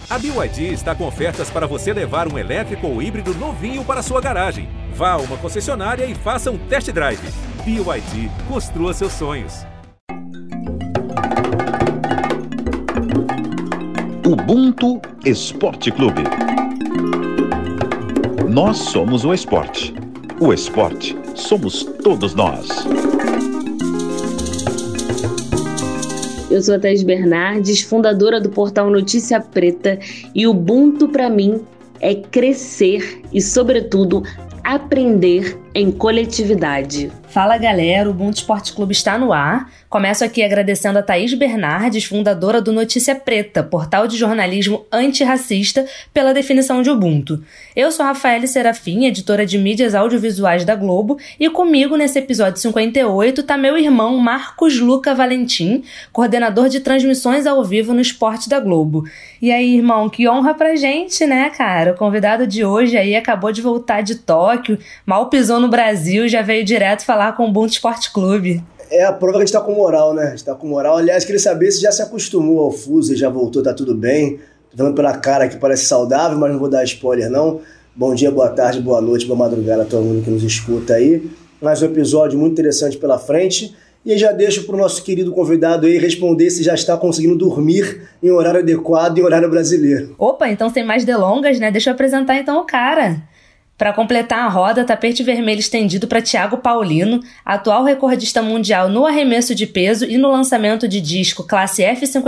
A BYD está com ofertas para você levar um elétrico ou híbrido novinho para sua garagem. Vá a uma concessionária e faça um test drive. BYD, construa seus sonhos. Ubuntu Esporte Clube. Nós somos o esporte. O esporte somos todos nós. Eu sou a Thaís Bernardes, fundadora do portal Notícia Preta, e Ubuntu para mim é crescer e, sobretudo, aprender em coletividade. Fala galera, o Ubuntu Esporte Clube está no ar. Começo aqui agradecendo a Thaís Bernardes, fundadora do Notícia Preta, portal de jornalismo antirracista, pela definição de Ubuntu. Eu sou a Rafaele Serafim, editora de mídias audiovisuais da Globo, e comigo nesse episódio 58 está meu irmão Marcos Luca Valentim, coordenador de transmissões ao vivo no Esporte da Globo. E aí, irmão, que honra pra gente, né, cara? O convidado de hoje aí acabou de voltar de Tóquio, mal pisou no Brasil e já veio direto falar com o Ubuntu Esporte Clube. É a prova que a gente tá com moral, né? A gente tá com moral. Aliás, queria saber se já se acostumou ao fuso, já voltou, tá tudo bem. Tô vendo pela cara que parece saudável, mas não vou dar spoiler, não. Bom dia, boa tarde, boa noite, boa madrugada a todo mundo que nos escuta aí. Mais um episódio muito interessante pela frente. E aí já deixo pro nosso querido convidado aí responder se já está conseguindo dormir em horário adequado, em horário brasileiro. Opa, então sem mais delongas, né? Deixa eu apresentar então o cara. Para completar a roda, tapete vermelho estendido para Thiago Paulino, atual recordista mundial no arremesso de peso e no lançamento de disco classe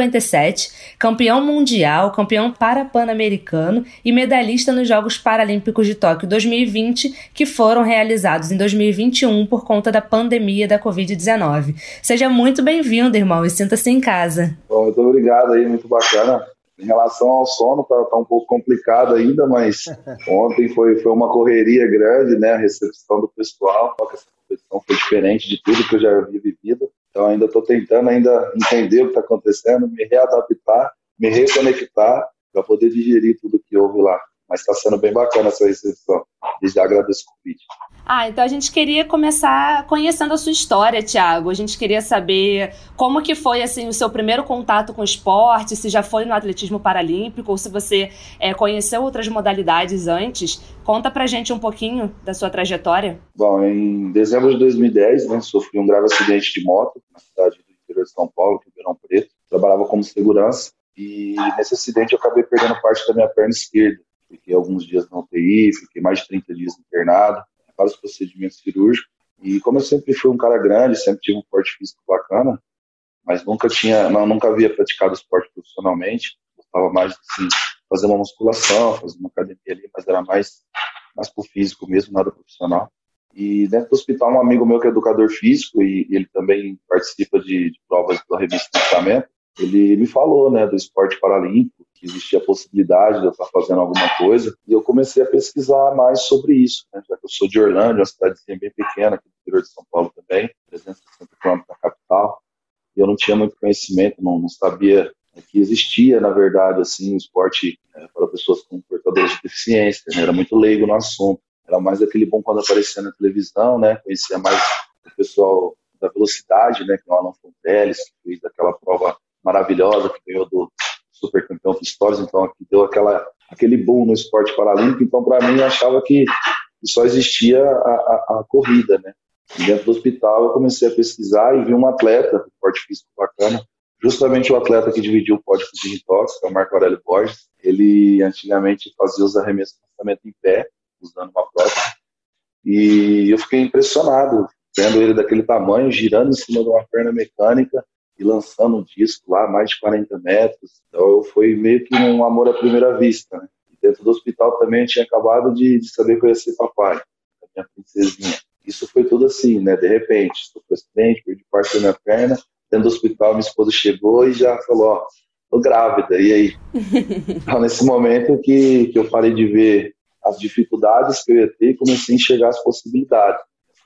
F57, campeão mundial, campeão para-pan-americano e medalhista nos Jogos Paralímpicos de Tóquio 2020, que foram realizados em 2021 por conta da pandemia da Covid-19. Seja muito bem-vindo, irmão, e sinta-se em casa. Bom, muito obrigado aí, muito bacana. Em relação ao sono, tá um pouco complicado ainda, mas ontem foi uma correria grande, né? A recepção do pessoal, essa competição foi diferente de tudo que eu já havia vivido. Então ainda estou tentando entender o que está acontecendo, me readaptar, me reconectar para poder digerir tudo que houve lá. Mas está sendo bem bacana essa recepção. Desde já agradeço o convite. Então a gente queria começar conhecendo a sua história, Thiago. A gente queria saber como que foi assim, o seu primeiro contato com o esporte, se já foi no atletismo paralímpico ou se você conheceu outras modalidades antes. Conta pra gente um pouquinho da sua trajetória. Bom, em dezembro de 2010, né, sofri um grave acidente de moto na cidade do interior de São Paulo, Ribeirão Preto. Trabalhava como segurança e nesse acidente eu acabei perdendo parte da minha perna esquerda. Fiquei alguns dias na UTI, fiquei mais de 30 dias internado, vários procedimentos cirúrgicos. E como eu sempre fui um cara grande, sempre tive um porte físico bacana, mas nunca havia praticado esporte profissionalmente. Gostava mais de fazer uma musculação, fazer uma academia ali, mas era mais pro físico mesmo, nada profissional. E dentro do hospital, um amigo meu que é educador físico, e ele também participa de provas do arremesso de lançamento, ele me falou, né, do esporte paralímpico, que existia a possibilidade de eu estar fazendo alguma coisa, e eu comecei a pesquisar mais sobre isso, né, já que eu sou de Orlândia, uma cidadezinha bem pequena, aqui no interior de São Paulo também, 360 km da capital, e eu não tinha muito conhecimento, não sabia que existia, na verdade, assim, um esporte para pessoas com portadores de deficiência, né, era muito leigo no assunto, era mais aquele bom quando aparecia na televisão, né, conhecia mais o pessoal da velocidade, né, que é o Alan Fonteles, que fez daquela prova maravilhosa, que ganhou do super campeão de histórias, então aqui deu aquele boom no esporte paralímpico, então para mim eu achava que só existia a corrida, né? E dentro do hospital eu comecei a pesquisar e vi um atleta de porte físico bacana, justamente o atleta que dividiu o pódio comigo em Tóquio, que é o Marco Aurélio Borges. Ele antigamente fazia os arremessos de lançamento em pé, usando uma prótese, e eu fiquei impressionado, vendo ele daquele tamanho, girando em cima de uma perna mecânica, e lançando um disco lá, mais de 40 metros. Então foi meio que um amor à primeira vista, né? E dentro do hospital também eu tinha acabado de saber que eu ia ser papai, da minha princesinha. Isso foi tudo assim, né? De repente, estou com acidente, perdi parte da minha perna. Dentro do hospital, minha esposa chegou e já falou, tô grávida, e aí? Então, nesse momento que eu parei de ver as dificuldades que eu ia ter e comecei a enxergar as possibilidades.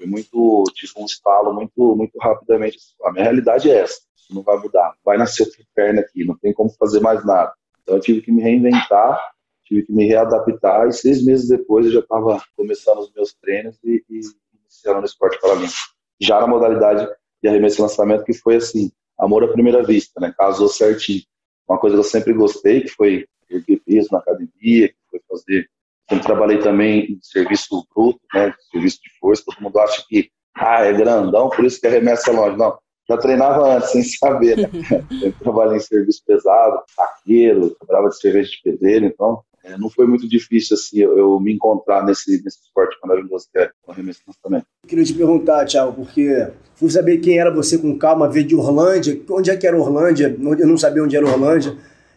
Tive um estalo muito rapidamente. A minha realidade é essa. Não vai mudar, vai nascer outra perna aqui, não tem como fazer mais nada. Então eu tive que me reinventar, tive que me readaptar, e 6 meses depois eu já estava começando os meus treinos e iniciando no esporte paralímpico. Já na modalidade de arremesso e lançamento, que foi assim, amor à primeira vista, né? Casou certinho. Uma coisa que eu sempre gostei, que foi erguer peso na academia, que foi fazer. Sempre trabalhei também em serviço bruto, né, serviço de força. Todo mundo acha que é grandão, por isso que arremessa longe. Não, já treinava antes, sem saber. Né? Sempre trabalhei em serviço pesado, saqueiro, trabalhava de cerveja de pedreiro, então não foi muito difícil assim, eu me encontrar nesse esporte maravilhoso que é o arremesso de lançamento. Queria te perguntar, Thiago, porque fui saber quem era você com calma, veio de Orlândia. Onde é que era Orlândia? Eu não sabia onde era Orlândia.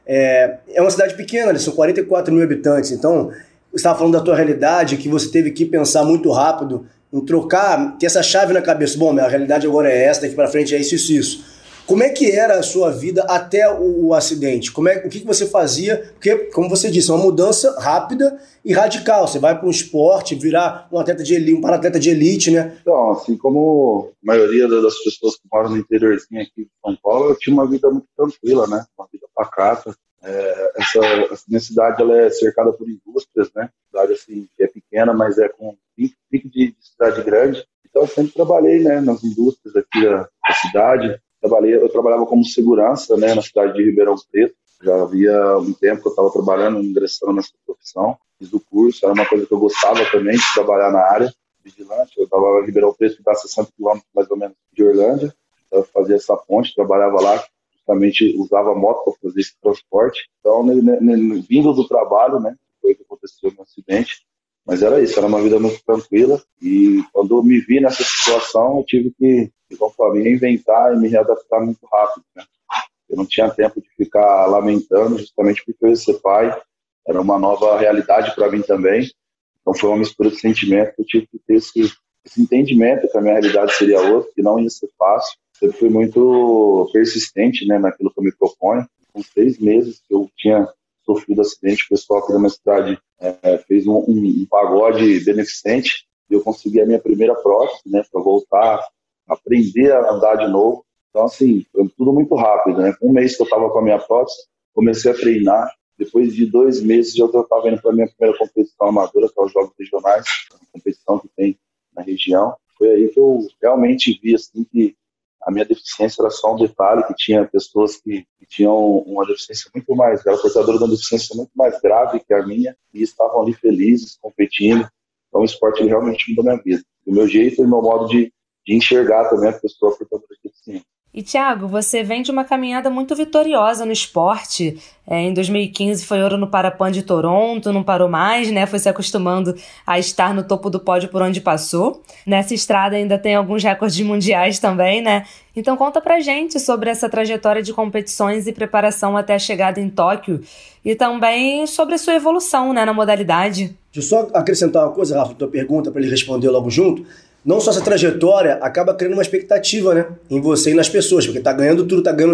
É uma cidade pequena, né? São 44 mil habitantes, então você estava falando da tua realidade, que você teve que pensar muito rápido em trocar, ter essa chave na cabeça. Bom, minha realidade agora é essa, daqui para frente é isso. Como é que era a sua vida até o acidente? O que você fazia? Porque, como você disse, é uma mudança rápida e radical. Você vai para um esporte, virar um atleta de elite, um para-atleta de elite, né? Então, assim como a maioria das pessoas que moram no interiorzinho aqui de São Paulo, eu tinha uma vida muito tranquila, né? Uma vida pacata. Essa minha cidade, ela é cercada por indústrias, né? Cidade assim, que é pequena, mas é com pique de cidade grande. Então, eu sempre trabalhei, né, nas indústrias aqui da cidade. Eu trabalhava como segurança, né, na cidade de Ribeirão Preto. Já havia um tempo que eu estava trabalhando, ingressando nessa profissão. Fiz o curso, era uma coisa que eu gostava também de trabalhar na área vigilante. Eu estava em Ribeirão Preto, que dá 60 quilômetros mais ou menos de Orlândia. Então, eu fazia essa ponte, trabalhava lá, justamente usava moto para fazer esse transporte. Então, vindo do trabalho, né, foi o que aconteceu no acidente. Mas era isso, era uma vida muito tranquila. E quando eu me vi nessa situação, eu tive que, me reinventar e me readaptar muito rápido, né? Eu não tinha tempo de ficar lamentando, justamente porque eu ia ser pai. Era uma nova realidade para mim também. Então foi uma mistura de sentimento que eu tive que ter esse entendimento que a minha realidade seria outra, que não ia ser fácil. Sempre fui muito persistente, né, naquilo que eu me proponho. Com 6 meses que eu tinha sofrido acidente, o pessoal aqui da minha cidade fez um pagode beneficente e eu consegui a minha primeira prótese, né, para voltar a aprender a andar de novo. Então, assim, foi tudo muito rápido, né? Com 1 mês que eu estava com a minha prótese, comecei a treinar. Depois de 2 meses, eu estava indo para a minha primeira competição amadora, que é os Jogos Regionais, uma competição que tem na região. Foi aí que eu realmente vi, assim, que a minha deficiência era só um detalhe, que tinha pessoas que tinham uma deficiência muito mais, era portadora de uma deficiência muito mais grave que a minha, e estavam ali felizes, competindo. Então o esporte realmente mudou minha vida. O meu jeito e o meu modo de enxergar também a pessoa portadora de deficiência. E, Thiago, você vem de uma caminhada muito vitoriosa no esporte. Em 2015 foi ouro no Parapan de Toronto, não parou mais, né? Foi se acostumando a estar no topo do pódio por onde passou. Nessa estrada ainda tem alguns recordes mundiais também, né? Então conta pra gente sobre essa trajetória de competições e preparação até a chegada em Tóquio e também sobre a sua evolução, né, na modalidade. Deixa eu só acrescentar uma coisa, Rafa, tua pergunta, para ele responder logo junto. Não só essa trajetória acaba criando uma expectativa, né, em você e nas pessoas, porque tá ganhando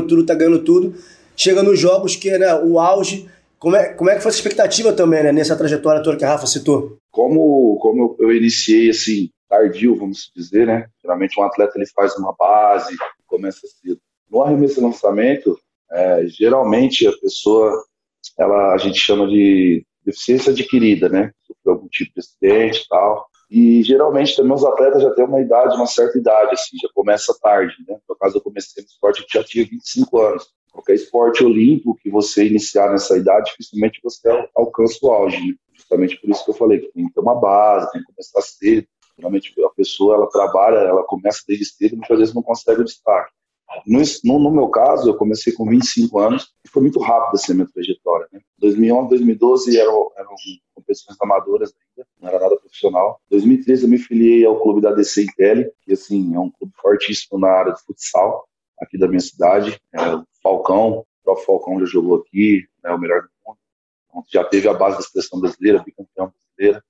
tudo, chega nos jogos que é, né, o auge. Como é que foi essa expectativa também, né, nessa trajetória toda que a Rafa citou? Como eu iniciei assim, tardio, vamos dizer, né, geralmente um atleta ele faz uma base, começa cedo. No arremesso e lançamento, geralmente a pessoa, a gente chama de deficiência adquirida, né, sofreu algum tipo de acidente e tal. E geralmente também os atletas já têm uma certa idade, assim, já começa tarde, né? No caso, eu comecei no esporte, eu já tinha 25 anos. Qualquer esporte olímpico que você iniciar nessa idade, dificilmente você alcança o auge, né? Justamente por isso que eu falei, que tem que ter uma base, tem que começar cedo. Geralmente a pessoa, ela trabalha, ela começa desde cedo e muitas vezes não consegue o destaque. No meu caso, eu comecei com 25 anos e foi muito rápido assim a minha trajetória, né? 2011, 2012 eram competições amadoras ainda, não era nada profissional. Em 2013 eu me filiei ao clube da DC Intelli, que assim, é um clube fortíssimo na área de futsal, aqui da minha cidade. O Falcão, o próprio Falcão já jogou aqui, né, o melhor do mundo. Então, já teve a base da seleção brasileira, bicampeão brasileira.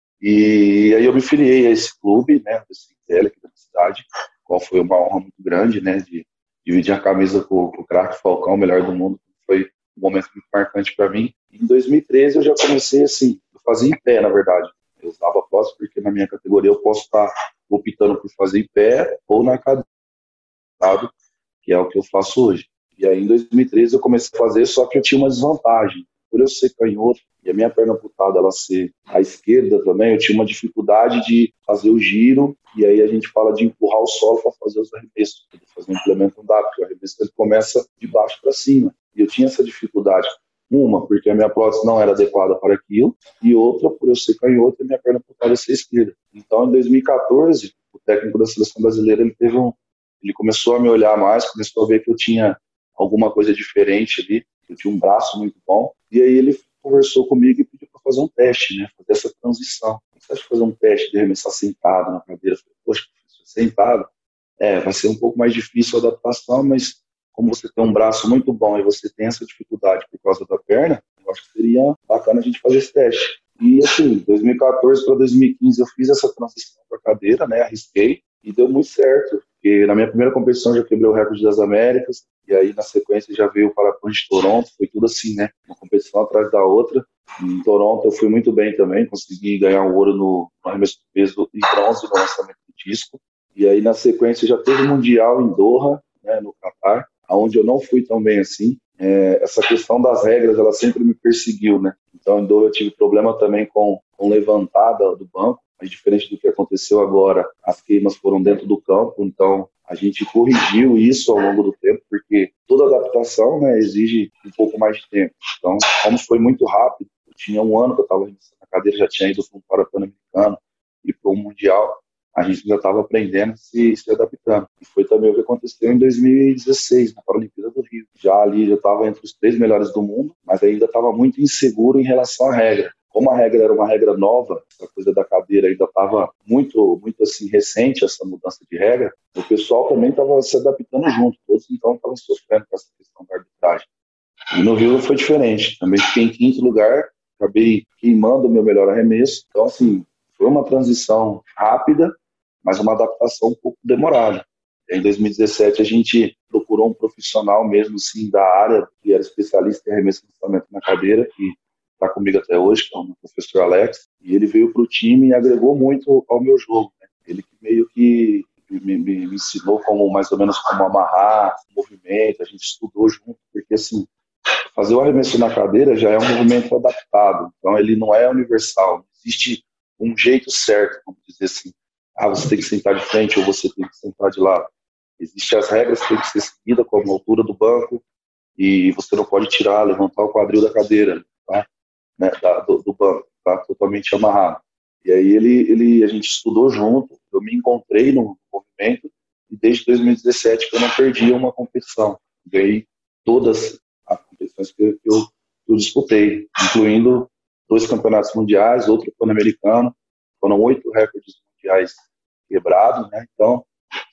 E aí eu me filiei a esse clube, né, DC Intelli, aqui da minha cidade, qual foi uma honra muito grande, né, de dividir a camisa com o craque Falcão, o melhor do mundo. Foi um momento muito marcante para mim. Em 2013 eu já comecei assim, eu fazia em pé, na verdade. Eu usava prótese porque na minha categoria eu posso estar optando por fazer em pé ou na cadeira, sabe? Que é o que eu faço hoje. E aí em 2013 eu comecei a fazer, só que eu tinha uma desvantagem. Por eu ser canhoto e a minha perna amputada ela ser à esquerda também, eu tinha uma dificuldade de fazer o giro, e aí a gente fala de empurrar o solo para fazer os arremessos. Fazer um implemento não dá, porque o arremesso ele começa de baixo para cima. E eu tinha essa dificuldade. Uma, porque a minha prótese não era adequada para aquilo, e outra, por eu ser canhoto, e minha perna poderia ser esquerda. Então, em 2014, o técnico da seleção brasileira, ele começou a me olhar mais, começou a ver que eu tinha alguma coisa diferente ali, eu tinha um braço muito bom, e aí ele conversou comigo e pediu para fazer um teste, né, fazer essa transição. Você acha que fazer um teste de arremessar sentado na cadeira? Eu falei, poxa, sentado, vai ser um pouco mais difícil a adaptação, mas como você tem um braço muito bom e você tem essa dificuldade por causa da perna, eu acho que seria bacana a gente fazer esse teste. E assim, 2014 para 2015 eu fiz essa transição para a cadeira, né, arrisquei, e deu muito certo, porque na minha primeira competição eu já quebrei o recorde das Américas, e aí na sequência já veio o Parapan de Toronto, foi tudo assim, né, uma competição atrás da outra. Em Toronto eu fui muito bem também, consegui ganhar um ouro no arremesso de peso e bronze no lançamento de disco, e aí na sequência já teve o Mundial em Doha, né, no Catar, onde eu não fui tão bem assim. Essa questão das regras, ela sempre me perseguiu, né? Então, em Doha eu tive problema também com levantada do banco, mas diferente do que aconteceu agora, as queimas foram dentro do campo, então a gente corrigiu isso ao longo do tempo, porque toda adaptação, né, exige um pouco mais de tempo. Então, como foi muito rápido, eu tinha um ano que eu estava na cadeira, já tinha ido para um Pan-Americano e para um Mundial, a gente já estava aprendendo, se adaptando. E foi também o que aconteceu em 2016, na Paralimpíada do Rio. Já estava entre os 3 melhores do mundo, mas ainda estava muito inseguro em relação à regra. Como a regra era uma regra nova, essa coisa da cadeira ainda estava muito, muito assim, recente, essa mudança de regra, o pessoal também estava se adaptando junto. Todos então estavam sofrendo com essa questão da arbitragem. E no Rio foi diferente. Também fiquei em 5º lugar, acabei queimando o meu melhor arremesso. Então, assim, foi uma transição rápida, mas uma adaptação um pouco demorada. Em 2017 a gente procurou um profissional mesmo assim da área, que era especialista em arremesso e lançamento na cadeira, que está comigo até hoje, que é o professor Alex, e ele veio para o time e agregou muito ao meu jogo, né? Ele que meio que me ensinou mais ou menos como amarrar o movimento, a gente estudou junto, porque assim, fazer o arremesso na cadeira já é um movimento adaptado, então ele não é universal, não existe um jeito certo, vamos dizer assim, você tem que sentar de frente ou você tem que sentar de lado. Existem as regras que tem que ser seguidas, como a altura do banco, e você não pode levantar o quadril da cadeira, tá? Né, do banco, tá? Totalmente amarrado. E aí a gente estudou junto, eu me encontrei no movimento, e desde 2017 que eu não perdi uma competição. Ganhei todas as competições que eu disputei, incluindo 2 campeonatos mundiais, outro Pan-Americano, foram 8 recordes mundiais quebrados, né? Então,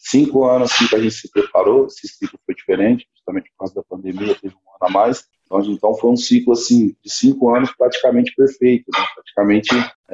5 anos assim, que a gente se preparou, esse ciclo foi diferente, justamente por causa da pandemia, teve um ano a mais. Então foi um ciclo assim, de 5 anos praticamente perfeito, né? Praticamente,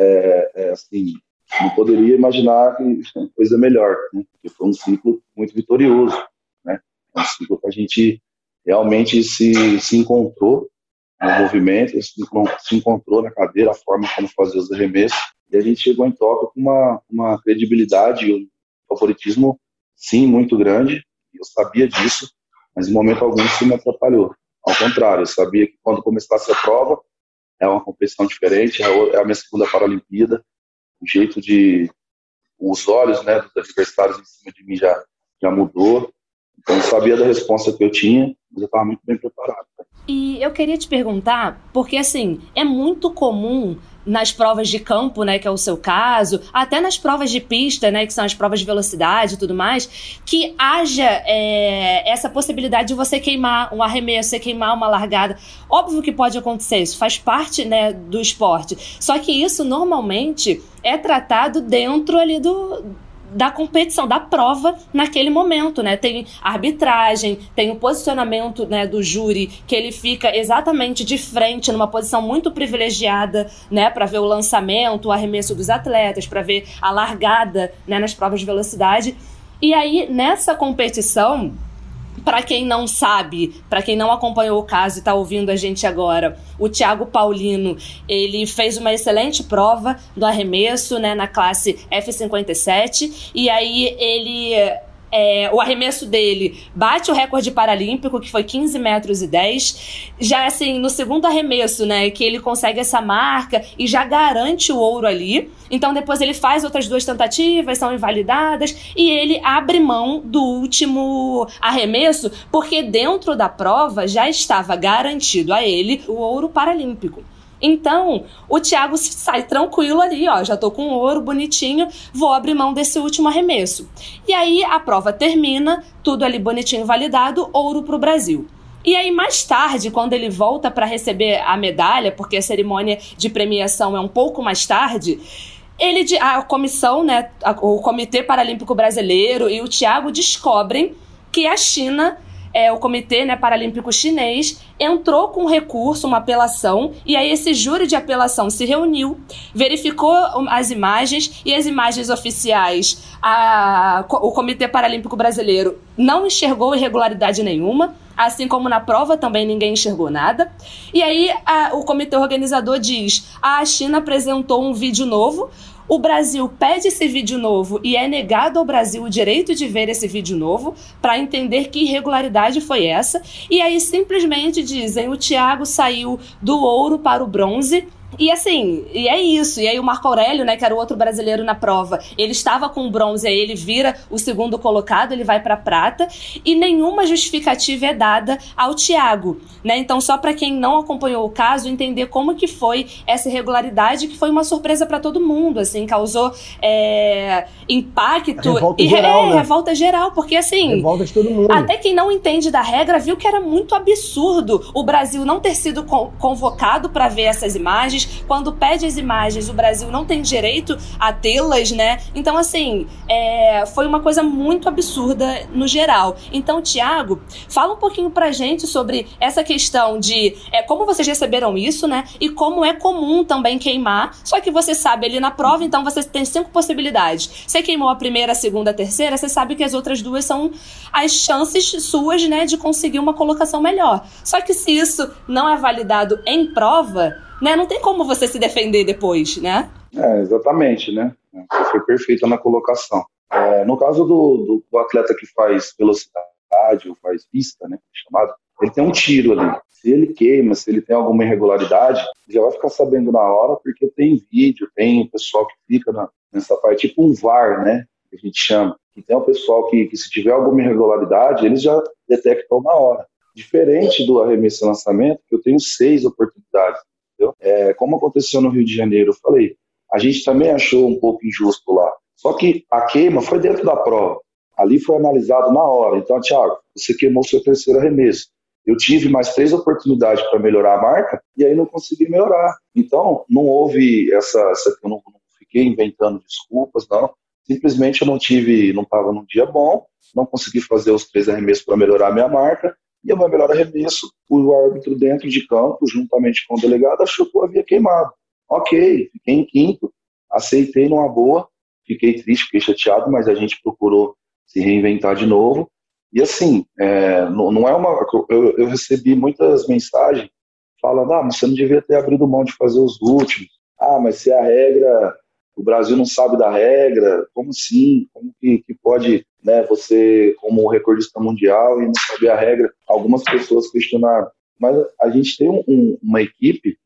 assim, não poderia imaginar coisa melhor, né? Porque foi um ciclo muito vitorioso, né? É um ciclo que a gente realmente se encontrou no movimento, se encontrou na cadeira, a forma como fazer os arremessos, e a gente chegou em Tóquio com uma credibilidade e um favoritismo, sim, muito grande. Eu sabia disso, mas em momento algum isso me atrapalhou. Ao contrário, eu sabia que quando começasse a prova, é uma competição diferente, é a minha segunda Paralimpíada, o jeito os olhos, né, dos adversários em cima de mim já mudou. Então eu sabia da resposta que eu tinha, mas eu estava muito bem preparado. E eu queria te perguntar, porque assim, é muito comum nas provas de campo, né, que é o seu caso, até nas provas de pista, né, que são as provas de velocidade e tudo mais, que haja essa possibilidade de você queimar um arremesso, você queimar uma largada. Óbvio que pode acontecer, isso faz parte, né, do esporte. Só que isso normalmente é tratado dentro ali da competição, da prova naquele momento, né? Tem a arbitragem, tem o posicionamento, né, do júri, que ele fica exatamente de frente, numa posição muito privilegiada, né, para ver o lançamento, o arremesso dos atletas, para ver a largada, né, nas provas de velocidade. E aí, nessa competição, para quem não sabe, para quem não acompanhou o caso e está ouvindo a gente agora, o Thiago Paulino, ele fez uma excelente prova do arremesso, né, na classe F57, e aí ele O arremesso dele bate o recorde paralímpico, que foi 15 metros e 10. Já, assim, no segundo arremesso, né, que ele consegue essa marca e já garante o ouro ali. Então, depois ele faz outras 2 tentativas, são invalidadas, e ele abre mão do último arremesso, porque dentro da prova já estava garantido a ele o ouro paralímpico. Então, o Thiago sai tranquilo ali, ó, já tô com ouro bonitinho, vou abrir mão desse último arremesso. E aí a prova termina, tudo ali bonitinho, validado, ouro pro Brasil. E aí mais tarde, quando ele volta para receber a medalha, porque a cerimônia de premiação é um pouco mais tarde, a comissão, né, o Comitê Paralímpico Brasileiro e o Thiago descobrem que a China, o Comitê, né, Paralímpico Chinês, entrou com recurso, uma apelação, e aí esse júri de apelação se reuniu, verificou as imagens, e as imagens oficiais, o Comitê Paralímpico Brasileiro não enxergou irregularidade nenhuma, assim como na prova também ninguém enxergou nada. E aí o comitê organizador diz: a China apresentou um vídeo novo, o Brasil pede esse vídeo novo e é negado ao Brasil o direito de ver esse vídeo novo para entender que irregularidade foi essa. E aí simplesmente dizem: o Thiago saiu do ouro para o bronze. E assim, e é isso. E aí o Marco Aurélio, né, que era o outro brasileiro na prova, ele estava com o bronze, aí ele vira o segundo colocado, ele vai para prata, e nenhuma justificativa é dada ao Thiago, né? Então, só para quem não acompanhou o caso, entender como que foi essa irregularidade, que foi uma surpresa para todo mundo, assim, causou impacto revolta geral, né? Revolta geral, porque assim, revolta de todo mundo. Até quem não entende da regra viu que era muito absurdo o Brasil não ter sido convocado para ver essas imagens. Quando pede as imagens, o Brasil não tem direito a tê-las, né? Então, assim, foi uma coisa muito absurda no geral. Então, Thiago, fala um pouquinho pra gente sobre essa questão de como vocês receberam isso, né? E como é comum também queimar, só que você sabe ali na prova, então você tem 5 possibilidades. Você queimou a primeira, a segunda, a terceira, você sabe que as outras 2 são as chances suas, né, de conseguir uma colocação melhor. Só que se isso não é validado em prova, né, não tem como você se defender depois, né? Exatamente, né? Você foi perfeita na colocação. No caso do atleta que faz velocidade ou faz pista, né, chamado, ele tem um tiro ali. Se ele queima, se ele tem alguma irregularidade, já vai ficar sabendo na hora, porque tem vídeo, tem o pessoal que fica nessa parte, tipo um VAR, né, que a gente chama. E tem o pessoal que se tiver alguma irregularidade, eles já detectam na hora. Diferente do arremesso e lançamento, que eu tenho 6 oportunidades. Como aconteceu no Rio de Janeiro, eu falei, a gente também achou um pouco injusto lá. Só que a queima foi dentro da prova. Ali foi analisado na hora. Então, Thiago, você queimou seu terceiro arremesso. Eu tive mais 3 oportunidades para melhorar a marca e aí não consegui melhorar. Então, não houve eu não fiquei inventando desculpas, não. Simplesmente eu não estava num dia bom, não consegui fazer os 3 arremessos para melhorar a minha marca. E o meu melhor arremesso, o árbitro dentro de campo, juntamente com o delegado, achou que eu havia queimado. Ok, fiquei em 5º, aceitei numa boa, fiquei triste, fiquei chateado, mas a gente procurou se reinventar de novo. E assim, não é uma... Eu recebi muitas mensagens falando, mas você não devia ter abrido mão de fazer os últimos. Mas se a regra... O Brasil não sabe da regra, como assim? Como que pode, né, você, como recordista mundial, e não saber a regra? Algumas pessoas questionaram. Mas a gente tem uma equipe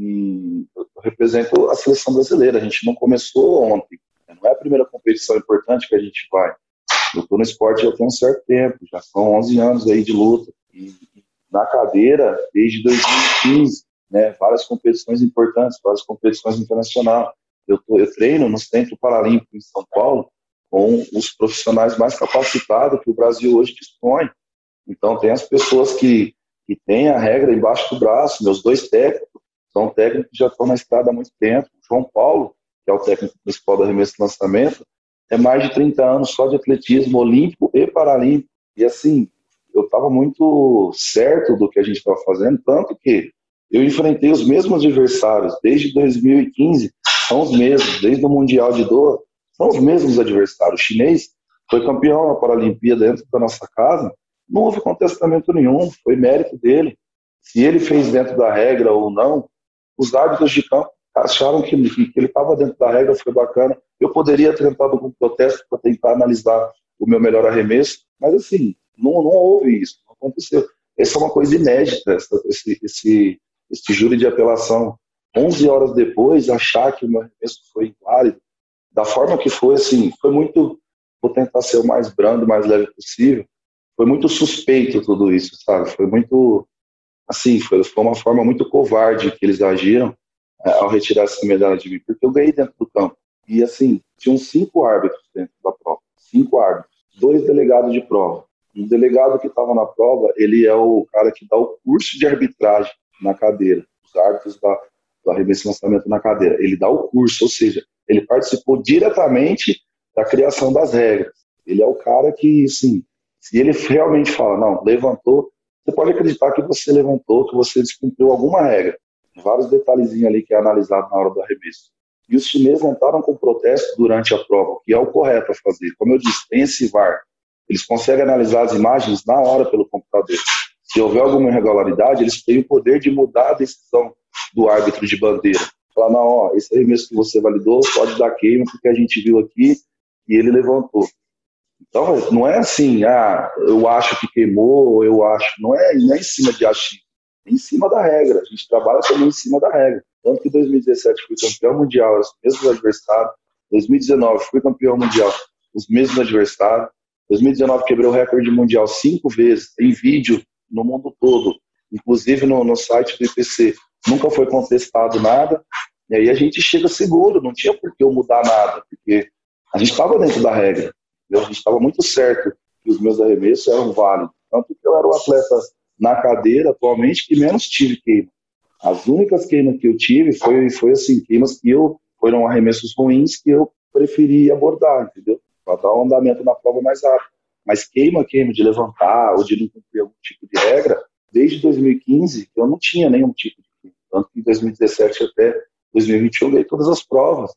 que representa a seleção brasileira. A gente não começou ontem. Não é a primeira competição importante que a gente vai. Eu estou no esporte já tem um certo tempo, já são 11 anos aí de luta. E na cadeira, desde 2015, né, várias competições importantes, várias competições internacionais. Eu treino no Centro Paralímpico em São Paulo com os profissionais mais capacitados que o Brasil hoje dispõe. Então, tem as pessoas que têm a regra embaixo do braço. Meus 2 técnicos são técnicos que já estão na estrada há muito tempo. O João Paulo, que é o técnico principal do arremesso e lançamento, é mais de 30 anos só de atletismo olímpico e paralímpico. E assim, eu estava muito certo do que a gente estava fazendo, tanto que eu enfrentei os mesmos adversários desde 2015, são os mesmos, desde o Mundial de Doha, são os mesmos adversários. O chinês foi campeão na Paralimpíada dentro da nossa casa, não houve contestamento nenhum, foi mérito dele. Se ele fez dentro da regra ou não, os árbitros de campo acharam que ele estava dentro da regra, foi bacana. Eu poderia ter tentado algum protesto para tentar analisar o meu melhor arremesso, mas assim, não houve isso, não aconteceu. Essa é uma coisa inédita, esse júri de apelação, 11 horas depois, achar que o meu arremesso foi inválido, da forma que foi, assim, foi muito, vou tentar ser o mais brando, mais leve possível, foi muito suspeito tudo isso, sabe? Foi muito, assim, foi uma forma muito covarde que eles agiram ao retirar essa medalha de mim, porque eu ganhei dentro do campo. E, assim, tinham 5 árbitros dentro da prova, 5 árbitros, 2 delegados de prova. Um delegado que estava na prova, ele é o cara que dá o curso de arbitragem na cadeira, os árbitros do arremesso e lançamento na cadeira. Ele dá o curso, ou seja, ele participou diretamente da criação das regras. Ele é o cara que, assim, se ele realmente fala, não, levantou, você pode acreditar que você levantou, que você descumpriu alguma regra. Vários detalhezinhos ali que é analisado na hora do arremesso. E os chineses entraram com protesto durante a prova, que é o correto a fazer. Como eu disse, tem esse VAR. Eles conseguem analisar as imagens na hora pelo computador. Se houver alguma irregularidade, eles têm o poder de mudar a decisão do árbitro de bandeira. Falar, não, ó, esse arremesso que você validou pode dar queima, porque a gente viu aqui e ele levantou. Então, não é assim, eu acho que queimou, eu acho. Não é em cima de achismo, é em cima da regra. A gente trabalha também em cima da regra. Tanto que em 2017 fui campeão mundial, os mesmos adversários. 2019 fui campeão mundial, os mesmos adversários. 2019 quebrei o recorde mundial 5 vezes, tem vídeo no mundo todo, inclusive no site do IPC. Nunca foi contestado nada, e aí a gente chega seguro, não tinha por que eu mudar nada, porque a gente estava dentro da regra, entendeu? A gente estava muito certo que os meus arremessos eram válidos. Tanto que eu era o atleta na cadeira, atualmente, que menos tive queima. As únicas queimas que eu tive foi assim, queimas que foram arremessos ruins que eu preferi abordar, entendeu? Para dar um andamento na prova mais rápido. Mas queima de levantar ou de não cumprir algum tipo de regra, desde 2015 eu não tinha nenhum tipo de queima. Tanto que em 2017 até 2021 eu ganhei todas as provas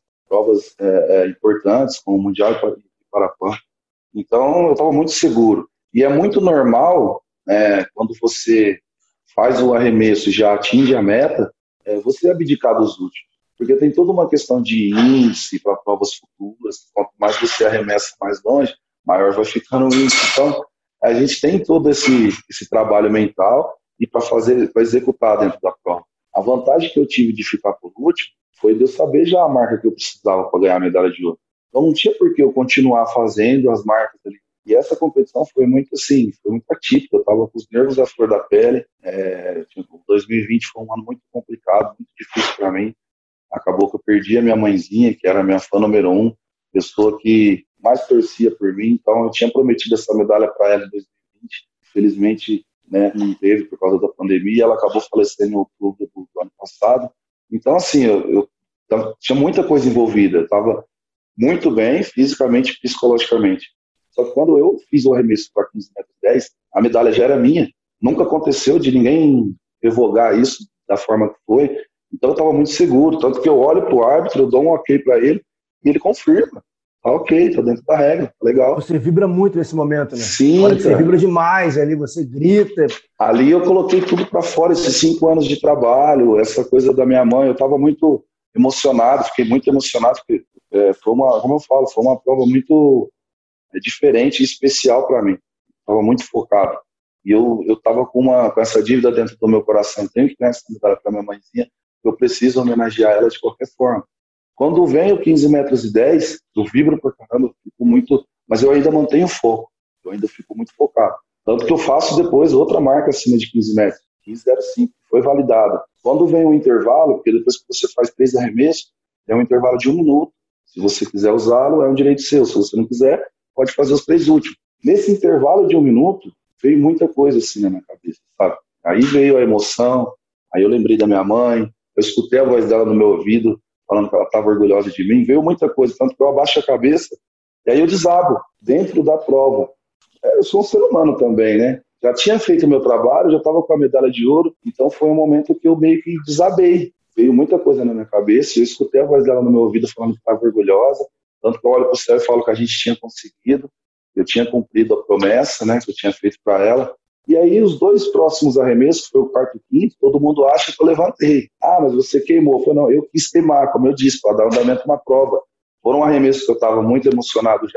importantes, como o Mundial e Parapan. Então eu estava muito seguro. E é muito normal, quando você faz o arremesso e já atinge a meta, você abdicar dos últimos. Porque tem toda uma questão de índice para provas futuras. Quanto mais você arremessa mais longe, maior vai ficando o índice. Então, a gente tem todo esse trabalho mental e para executar dentro da prova. A vantagem que eu tive de ficar por último foi de eu saber já a marca que eu precisava para ganhar a medalha de ouro. Então, não tinha por que eu continuar fazendo as marcas ali. E essa competição foi muito atípica. Eu estava com os nervos à flor da pele. 2020 foi um ano muito complicado, muito difícil para mim. Acabou que eu perdi a minha mãezinha, que era a minha fã número 1, pessoa que mais torcia por mim. Então, eu tinha prometido essa medalha para ela em 2020. Infelizmente, não teve por causa da pandemia. Ela acabou falecendo em outubro do ano passado. Então, assim, eu tinha muita coisa envolvida. Eu estava muito bem, fisicamente e psicologicamente. Só que quando eu fiz o arremesso para 15 metros 10, a medalha já era minha. Nunca aconteceu de ninguém revogar isso da forma que foi. Então eu estava muito seguro, tanto que eu olho para o árbitro, eu dou um ok para ele e ele confirma. Tá ok, tá dentro da regra, tá legal. Você vibra muito nesse momento, né? Sim, hora que você vibra demais ali, você grita. Ali eu coloquei tudo para fora, esses 5 anos de trabalho, essa coisa da minha mãe, eu estava muito emocionado, fiquei muito emocionado, porque como eu falo, foi uma prova muito diferente e especial para mim. Estava muito focado. E eu estava com essa dívida dentro do meu coração, eu tenho que ganhar essa medalha para minha mãezinha, eu preciso homenagear ela de qualquer forma. Quando vem o 15 metros e 10, eu vibro pra caramba, eu fico muito, mas eu ainda mantenho foco, eu ainda fico muito focado. Tanto que eu faço depois outra marca acima de 15 metros, 15,05, foi validada. Quando vem o intervalo, porque depois que você faz 3 arremessos, é um intervalo de 1 minuto. Se você quiser usá-lo, é um direito seu. Se você não quiser, pode fazer os 3 últimos. Nesse intervalo de 1 minuto, veio muita coisa assim na minha cabeça, sabe? Aí veio a emoção, aí eu lembrei da minha mãe, eu escutei a voz dela no meu ouvido, falando que ela estava orgulhosa de mim, veio muita coisa, tanto que eu abaixo a cabeça, e aí eu desabo, dentro da prova. Eu sou um ser humano também, né? Já tinha feito o meu trabalho, já estava com a medalha de ouro, então foi um momento que eu meio que desabei. Veio muita coisa na minha cabeça, eu escutei a voz dela no meu ouvido falando que estava orgulhosa, tanto que eu olho para o céu e falo que a gente tinha conseguido, eu tinha cumprido a promessa, né, que eu tinha feito para ela. E aí os 2 próximos arremessos, foi o 4º e 5º, todo mundo acha que eu levantei. Ah, mas você queimou. Eu falei, não, eu quis queimar, como eu disse, para dar andamento na prova. Foram arremessos que eu estava muito emocionado já,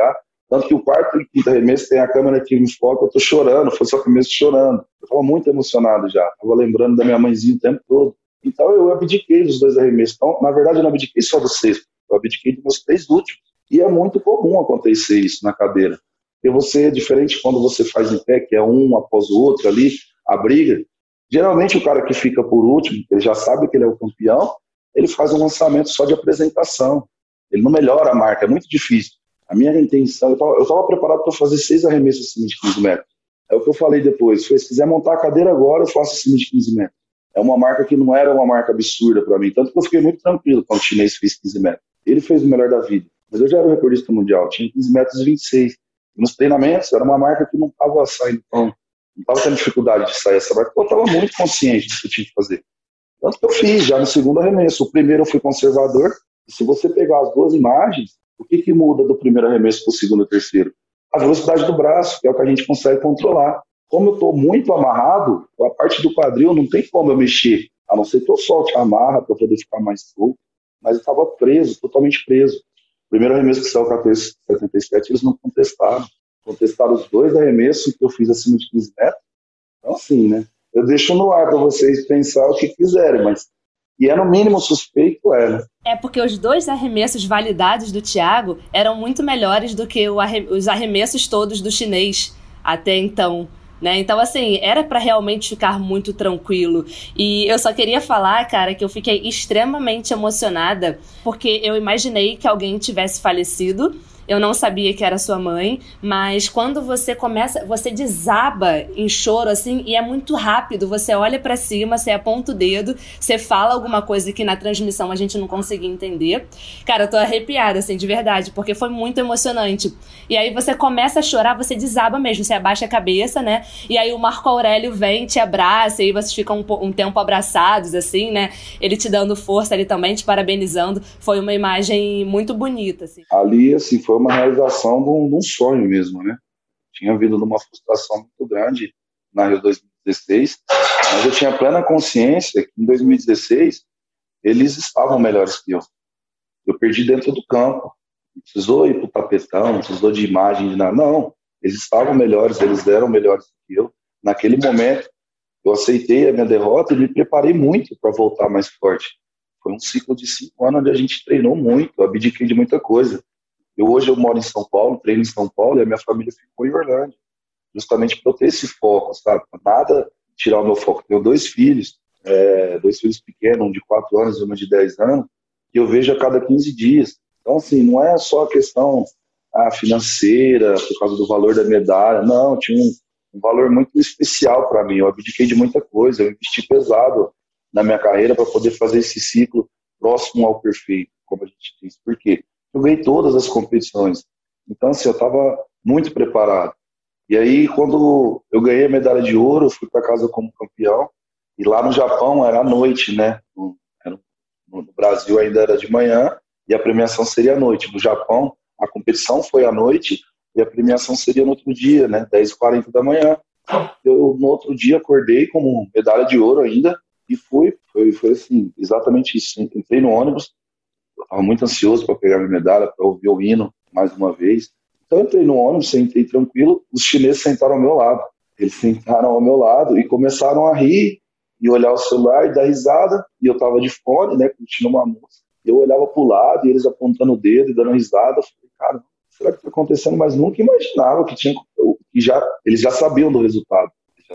Tanto que o quarto e quinto arremesso tem a câmera que me foca, eu tô chorando, foi só arremesso chorando. Eu tava muito emocionado já, tava lembrando da minha mãezinha o tempo todo. Então eu abdiquei dos 2 arremessos. Então, na verdade, eu não abdiquei só do sexto, eu abdiquei dos meus 3 últimos. E é muito comum acontecer isso na cadeira. Porque você, diferente quando você faz em pé, que é um após o outro ali, a briga, geralmente o cara que fica por último, ele já sabe que ele é o campeão, ele faz um lançamento só de apresentação. Ele não melhora a marca, é muito difícil. A minha intenção, eu estava preparado para fazer 6 arremessos acima de 15 metros. É o que eu falei depois, foi, se quiser montar a cadeira agora, eu faço acima de 15 metros. É uma marca que não era uma marca absurda para mim, tanto que eu fiquei muito tranquilo quando o chinês fez 15 metros. Ele fez o melhor da vida, mas eu já era o recordista mundial, tinha 15 metros e 26. E nos treinamentos, era uma marca que não estava saindo tão, não estava tendo dificuldade de sair essa marca, porque eu estava muito consciente do que eu tinha que fazer. Tanto que eu fiz já no segundo arremesso. O primeiro eu fui conservador, e se você pegar as 2 imagens, o que muda do primeiro arremesso para o segundo e terceiro? A velocidade do braço, que é o que a gente consegue controlar. Como eu estou muito amarrado, a parte do quadril não tem como eu mexer, a não ser que eu solte a amarra para poder ficar mais solto, mas eu estava preso, totalmente preso. O primeiro arremesso que saiu 14,77, eles não contestaram. Contestaram os 2 arremessos que eu fiz acima de 15 metros. Então, assim, né? Eu deixo no ar para vocês pensar o que quiserem, mas e é no mínimo suspeito, né? É porque os 2 arremessos validados do Thiago eram muito melhores do que os arremessos todos do chinês até então, né? Então, assim, era para realmente ficar muito tranquilo. E eu só queria falar, cara, que eu fiquei extremamente emocionada porque eu imaginei que alguém tivesse falecido. Eu não sabia que era sua mãe, mas quando você começa, você desaba em choro, assim, e é muito rápido. Você olha pra cima, você aponta o dedo, você fala alguma coisa que na transmissão a gente não conseguia entender. Cara, eu tô arrepiada, assim, de verdade, porque foi muito emocionante. E aí você começa a chorar, você desaba mesmo, você abaixa a cabeça, né? E aí o Marco Aurélio vem, te abraça, e aí vocês ficam um tempo abraçados, assim, né? Ele te dando força ali também, te parabenizando. Foi uma imagem muito bonita, assim. Ali, assim, foi uma realização de um sonho mesmo, né? Tinha havido uma frustração muito grande na Rio 2016, mas eu tinha plena consciência que em 2016 eles estavam melhores que eu. Eu perdi dentro do campo, não precisou ir para o tapetão, não precisou de imagem, de nada. Não, eles estavam melhores, eles eram melhores que eu. Naquele momento, eu aceitei a minha derrota e me preparei muito para voltar mais forte. Foi um ciclo de 5 anos onde a gente treinou muito, eu abdiquei de muita coisa. Hoje eu moro em São Paulo, treino em São Paulo, e a minha família ficou em Orlândia, justamente para eu ter esse foco, sabe? Nada tirar o meu foco. Tenho 2 filhos, 2 filhos pequenos, um de 4 anos e uma de 10 anos, que eu vejo a cada 15 dias. Então, assim, não é só a questão financeira, por causa do valor da medalha, não, tinha um valor muito especial para mim. Eu abdiquei de muita coisa, eu investi pesado na minha carreira para poder fazer esse ciclo próximo ao perfeito, como a gente diz. Por quê? Eu ganhei todas as competições. Então, assim, eu estava muito preparado. E aí, quando eu ganhei a medalha de ouro, eu fui para casa como campeão. E lá no Japão era à noite, né? No Brasil ainda era de manhã e a premiação seria à noite. No Japão, a competição foi à noite e a premiação seria no outro dia, né? 10h40 da manhã. Eu, no outro dia, acordei como medalha de ouro ainda e foi assim, exatamente isso. Entrei no ônibus, eu estava muito ansioso para pegar minha medalha, para ouvir o hino mais uma vez. Então eu entrei no ônibus, sentei tranquilo, os chineses sentaram ao meu lado. Eles sentaram ao meu lado e começaram a rir e olhar o celular e dar risada. E eu estava de fone, né, curtindo uma música. Eu olhava para o lado e eles apontando o dedo e dando risada. Eu falei, cara, será que está acontecendo? Mas nunca imaginava que eles já sabiam do resultado.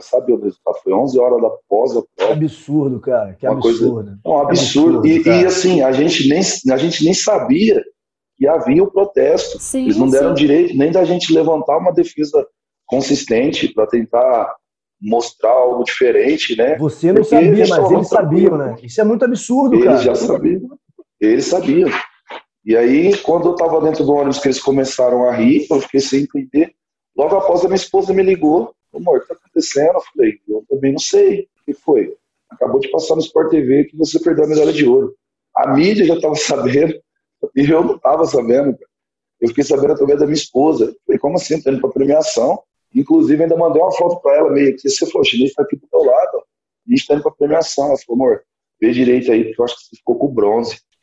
Foi 11 horas após a prova. Absurdo, cara. Que absurdo. Um absurdo. E assim, a gente nem sabia que havia o protesto. Sim, eles não deram direito nem da gente levantar uma defesa consistente para tentar mostrar algo diferente, né? Você não sabia, mas eles sabiam, né? Isso é muito absurdo, cara. Eles já sabiam. Eles sabiam. E aí, quando eu estava dentro do ônibus que eles começaram a rir, eu fiquei sem entender. Logo após, a minha esposa me ligou. Amor, o que está acontecendo? Eu falei, eu também não sei. O que foi? Acabou de passar no Sport TV que você perdeu a medalha de ouro. A mídia já estava sabendo e eu não estava sabendo. Eu fiquei sabendo através da minha esposa. Eu falei, como assim? Estou indo para a premiação. Inclusive, ainda mandei uma foto para ela, meio que você falou, o chinês está aqui do teu lado. A gente está indo para a premiação. Ela falou, amor, vê direito aí, porque eu acho que você ficou com o bronze.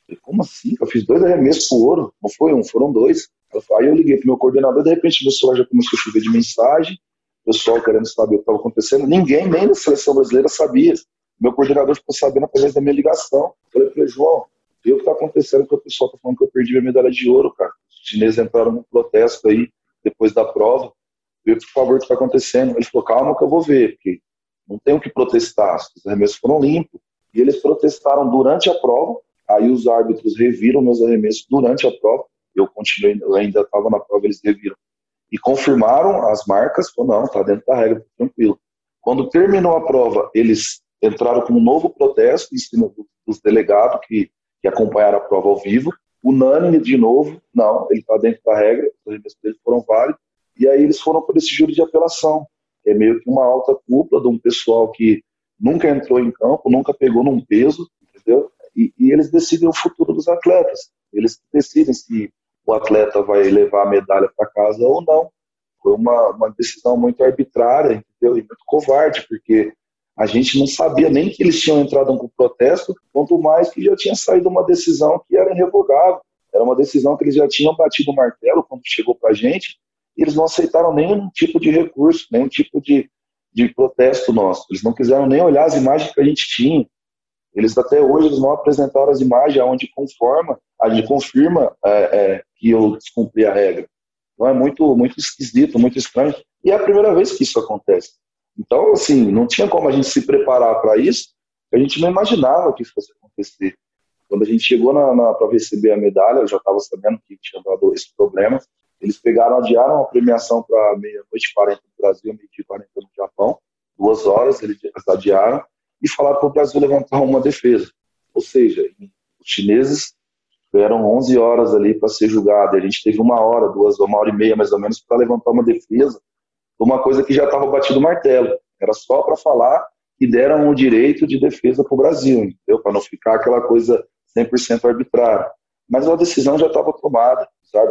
Falei, como assim? Eu fiz 2 arremessos pro ouro, não foi um, foram 2. Aí eu liguei pro meu coordenador, de repente meu celular já começou a chover de mensagem, o pessoal querendo saber o que estava acontecendo. Ninguém, nem na seleção brasileira, sabia. Meu coordenador ficou sabendo através da minha ligação. Eu falei para ele, João, vê o que está acontecendo, que o pessoal está falando que eu perdi minha medalha de ouro, cara. Os chineses entraram num protesto aí, depois da prova. Vê, por favor, o que está acontecendo. Ele falou, calma que eu vou ver, porque não tem o que protestar. Os arremessos foram limpos. E eles protestaram durante a prova. Aí os árbitros reviram meus arremessos durante a prova. Eu continuei, eu ainda estava na prova, eles reviram. E confirmaram as marcas, falou, não, está dentro da regra, tranquilo. Quando terminou a prova, eles entraram com um novo protesto em cima dos delegados que acompanharam a prova ao vivo. Unânime de novo, não, ele está dentro da regra, os arremessos deles foram válidos. E aí eles foram por esse júri de apelação. É meio que uma alta cúpula de um pessoal que nunca entrou em campo, nunca pegou num peso, entendeu? E eles decidem o futuro dos atletas. Eles decidem se o atleta vai levar a medalha para casa ou não. Foi uma decisão muito arbitrária, entendeu? E muito covarde, porque a gente não sabia nem que eles tinham entrado com protesto, quanto mais que já tinha saído uma decisão que era irrevogável. Era uma decisão que eles já tinham batido o martelo quando chegou para a gente, e eles não aceitaram nenhum tipo de recurso, nenhum tipo de protesto nosso. Eles não quiseram nem olhar as imagens que a gente tinha. Eles até hoje eles não apresentaram as imagens onde a gente confirma que eu descumpri a regra. Então é muito, muito esquisito, muito estranho. E é a primeira vez que isso acontece. Então, assim, não tinha como a gente se preparar para isso, a gente não imaginava que isso fosse acontecer. Quando a gente chegou para receber a medalha, eu já estava sabendo que tinha dado esse problema. Eles adiaram a premiação para 00:40 no Brasil, 00:40 no Japão, 2 horas, eles adiaram, e falaram para o Brasil levantar uma defesa. Ou seja, os chineses tiveram 11 horas ali para ser julgado, e a gente teve 1 hora, 2, 1h30 mais ou menos, para levantar uma defesa de uma coisa que já estava batido o martelo. Era só para falar que deram o direito de defesa para o Brasil, entendeu? Para não ficar aquela coisa 100% arbitrária. Mas a decisão já estava tomada, sabe?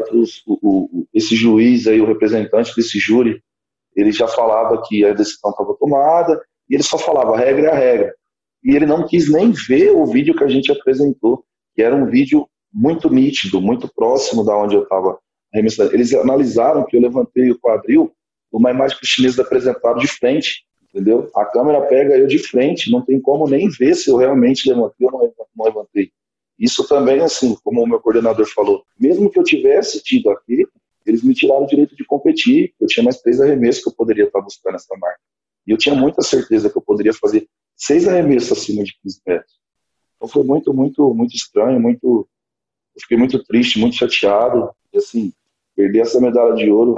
Esse juiz aí, o representante desse júri, ele já falava que a decisão estava tomada, e ele só falava, a regra é a regra. E ele não quis nem ver o vídeo que a gente apresentou, que era um vídeo muito nítido, muito próximo da onde eu estava arremessando. Eles analisaram que eu levantei o quadril uma imagem que os chineses apresentaram de frente, entendeu? A câmera pega eu de frente, não tem como nem ver se eu realmente levantei ou não levantei. Isso também, assim, como o meu coordenador falou, mesmo que eu tivesse tido aqui, eles me tiraram o direito de competir, eu tinha mais 3 arremessos que eu poderia estar buscando essa marca. E eu tinha muita certeza que eu poderia fazer 6 arremessos acima de 15 metros. Então foi muito, muito, muito estranho, eu fiquei muito triste, muito chateado. E assim, perder essa medalha de ouro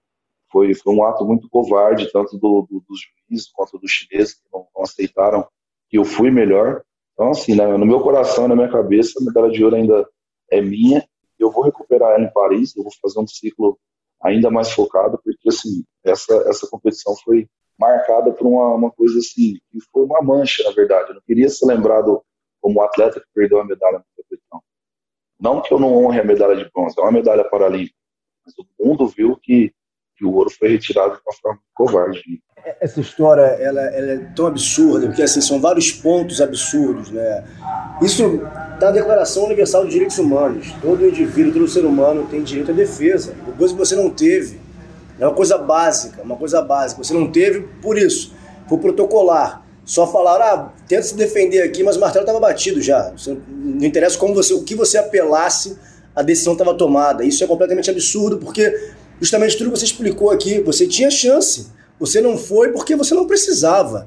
foi um ato muito covarde, tanto dos juízes quanto dos chineses, que não aceitaram que eu fui melhor. Então, assim, no meu coração, na minha cabeça, a medalha de ouro ainda é minha. Eu vou recuperar ela em Paris, eu vou fazer um ciclo ainda mais focado, porque, assim, essa competição foi marcada por uma coisa, assim, que foi uma mancha, na verdade. Eu não queria ser lembrado como atleta que perdeu a medalha na competição. Não que eu não honre a medalha de bronze, é uma medalha paralímpica, mas o mundo viu que o ouro foi retirado de uma forma covarde. Essa história ela é tão absurda, porque assim, são vários pontos absurdos, né? Isso está na Declaração Universal de Direitos Humanos. Todo indivíduo, todo ser humano tem direito à defesa. Depois que você não teve, é uma coisa básica. Você não teve por isso. Foi protocolar. Só falaram, tenta se defender aqui, mas o martelo estava batido já. Não interessa o que você apelasse, a decisão estava tomada. Isso é completamente absurdo, porque justamente tudo que você explicou aqui, você tinha chance. Você não foi porque você não precisava,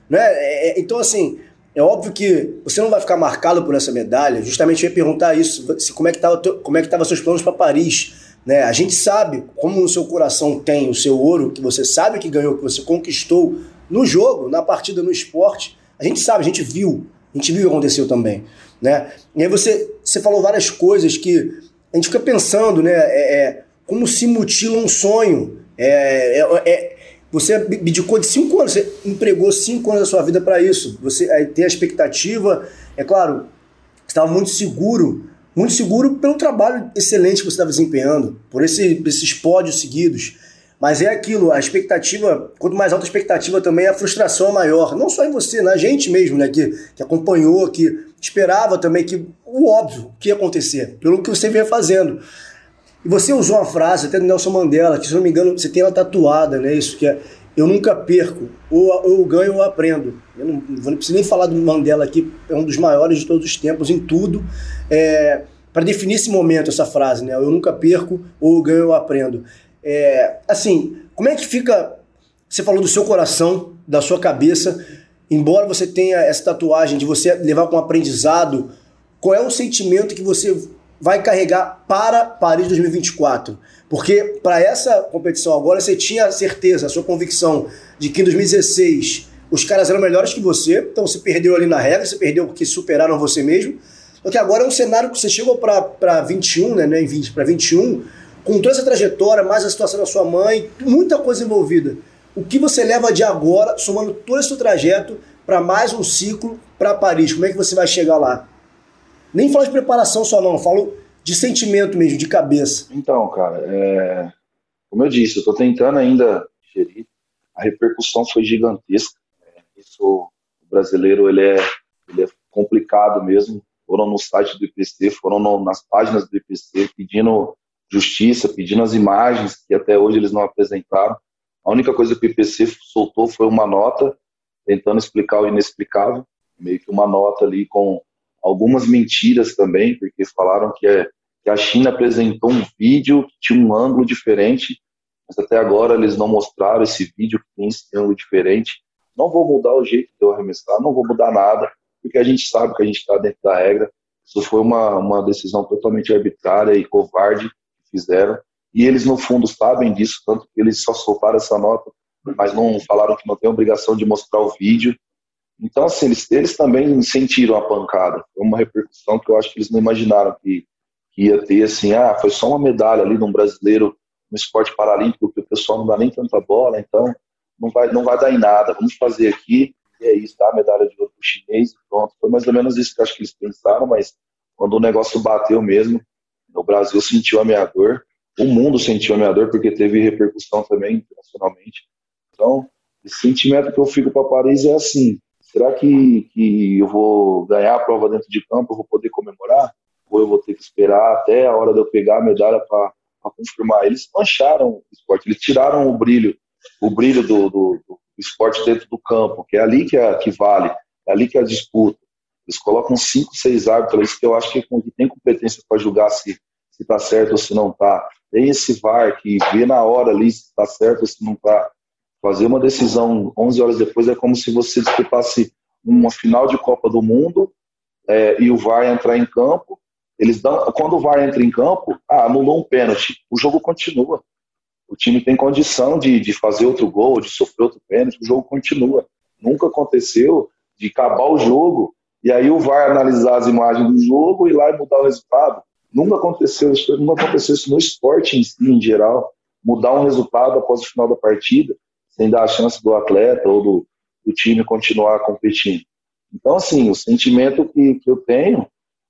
né? Então, assim, é óbvio que você não vai ficar marcado por essa medalha. Justamente eu ia perguntar isso, como é que estavam seus planos para Paris, né? A gente sabe, como no seu coração tem o seu ouro, que você sabe que ganhou, que você conquistou no jogo, na partida, no esporte. A gente sabe, a gente viu o que aconteceu também, né? E aí você falou várias coisas que a gente fica pensando, né? Como se mutila um sonho. Você abdicou de 5 anos, você empregou 5 anos da sua vida para isso. Você tem a expectativa, é claro, você estava muito seguro pelo trabalho excelente que você estava desempenhando, por esses pódios seguidos. Mas é aquilo, a expectativa, quanto mais alta a expectativa também, a frustração é maior. Não só em você, na gente mesmo, né, que acompanhou, que esperava também, que o óbvio que ia acontecer, pelo que você vinha fazendo. E você usou uma frase até do Nelson Mandela, que se não me engano você tem ela tatuada, né? Isso que é: eu nunca perco, ou eu ganho ou aprendo. Eu não preciso nem falar do Mandela aqui, é um dos maiores de todos os tempos em tudo, para definir esse momento, essa frase, né? Eu nunca perco, ou eu ganho ou aprendo. Assim, como é que fica, você falou do seu coração, da sua cabeça, embora você tenha essa tatuagem de você levar com aprendizado, qual é o sentimento que você vai carregar para Paris 2024? Porque para essa competição agora você tinha a certeza, a sua convicção de que em 2016 os caras eram melhores que você, então você perdeu ali na regra, você perdeu porque superaram você mesmo. Só que agora é um cenário que você chegou para 21, né, para 21, com toda essa trajetória, mais a situação da sua mãe, muita coisa envolvida. O que você leva de agora, somando todo esse seu trajeto, para mais um ciclo para Paris? Como é que você vai chegar lá? Nem falo de preparação só não, falo de sentimento mesmo, de cabeça. Então, cara, como eu disse, eu estou tentando ainda digerir. A repercussão foi gigantesca. Isso, o brasileiro, ele é complicado mesmo. Foram no site do IPC, foram nas páginas do IPC pedindo justiça, pedindo as imagens que até hoje eles não apresentaram. A única coisa que o IPC soltou foi uma nota tentando explicar o inexplicável, meio que uma nota ali com algumas mentiras também, porque falaram que a China apresentou um vídeo que tinha um ângulo diferente, mas até agora eles não mostraram esse vídeo que tem esse ângulo diferente. Não vou mudar o jeito de eu arremessar, não vou mudar nada, porque a gente sabe que a gente está dentro da regra. Isso foi uma decisão totalmente arbitrária e covarde que fizeram, e eles no fundo sabem disso, tanto que eles só soltaram essa nota, mas não falaram que não tem obrigação de mostrar o vídeo. Então, assim, eles também sentiram a pancada. Foi uma repercussão que eu acho que eles não imaginaram que ia ter, assim, foi só uma medalha ali num brasileiro no esporte paralímpico, que o pessoal não dá nem tanta bola, então não vai dar em nada. Vamos fazer aqui, e é isso, dá a medalha de ouro pro chinês e pronto. Foi mais ou menos isso que eu acho que eles pensaram, mas quando o negócio bateu mesmo, o Brasil sentiu a minha dor, o mundo sentiu a minha dor, porque teve repercussão também internacionalmente. Então, esse sentimento que eu fico para Paris é assim: será que eu vou ganhar a prova dentro de campo, eu vou poder comemorar? Ou eu vou ter que esperar até a hora de eu pegar a medalha para confirmar? Eles mancharam o esporte, eles tiraram o brilho do esporte dentro do campo, que é ali que vale, é ali que é a disputa. Eles colocam 5, 6 árbitros, isso que eu acho que tem competência para julgar se está certo ou se não está. Tem esse VAR que vê na hora ali se está certo ou se não está. Fazer uma decisão 11 horas depois é como se você disputasse uma final de Copa do Mundo e o VAR entrar em campo. Quando o VAR entra em campo, anulou um pênalti, o jogo continua. O time tem condição de fazer outro gol, de sofrer outro pênalti, o jogo continua. Nunca aconteceu de acabar o jogo e aí o VAR analisar as imagens do jogo e ir lá e mudar o resultado. Nunca aconteceu isso no esporte em geral, mudar um resultado após o final da partida, sem dar a chance do atleta ou do time continuar competindo. Então, assim, o sentimento que eu tenho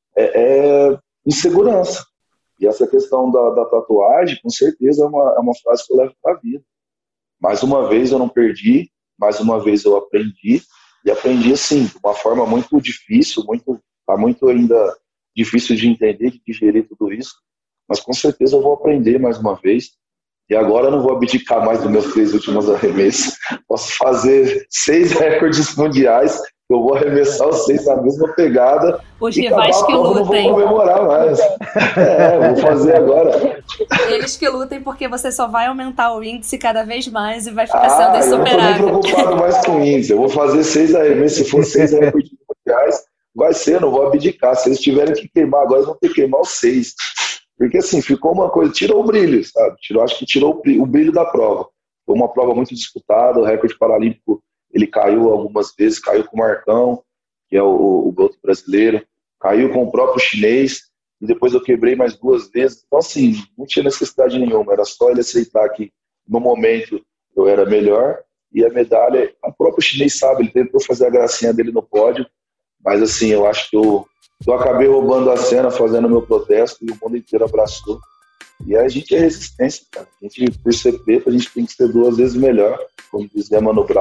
é insegurança. E essa questão da tatuagem, com certeza, é uma frase que eu levo para a vida. Mais uma vez eu não perdi, mais uma vez eu aprendi, e aprendi, assim, de uma forma muito difícil, tá muito ainda difícil de entender, de digerir tudo isso, mas com certeza eu vou aprender mais uma vez. E agora eu não vou abdicar mais dos meus 3 últimos arremessos. Posso fazer 6 recordes mundiais, eu vou arremessar os 6 na mesma pegada. Os rivais que lutem. Não vou comemorar mais. Vou fazer agora. Eles que lutem, porque você só vai aumentar o índice cada vez mais e vai ficar sendo insuperável. Eu não estou nem preocupado mais com o índice. Eu vou fazer 6 arremessos. Se for 6 recordes mundiais, vai ser, eu não vou abdicar. Se eles tiverem que queimar agora, eles vão ter que queimar os 6. Porque assim, ficou uma coisa, tirou o brilho, sabe? Acho que tirou o brilho da prova. Foi uma prova muito disputada, o recorde paralímpico, ele caiu algumas vezes, caiu com o Marcão, que é o outro brasileiro, caiu com o próprio chinês, e depois eu quebrei mais 2 vezes. Então assim, não tinha necessidade nenhuma, era só ele aceitar que no momento eu era melhor, e a medalha, o próprio chinês sabe, ele tentou fazer a gracinha dele no pódio, mas assim, eu acho que eu acabei roubando a cena, fazendo meu protesto, e o mundo inteiro abraçou. E a gente é resistência, cara. A gente, por ser preto, a gente tem que ser 2 vezes melhor, como dizia Mano Brown.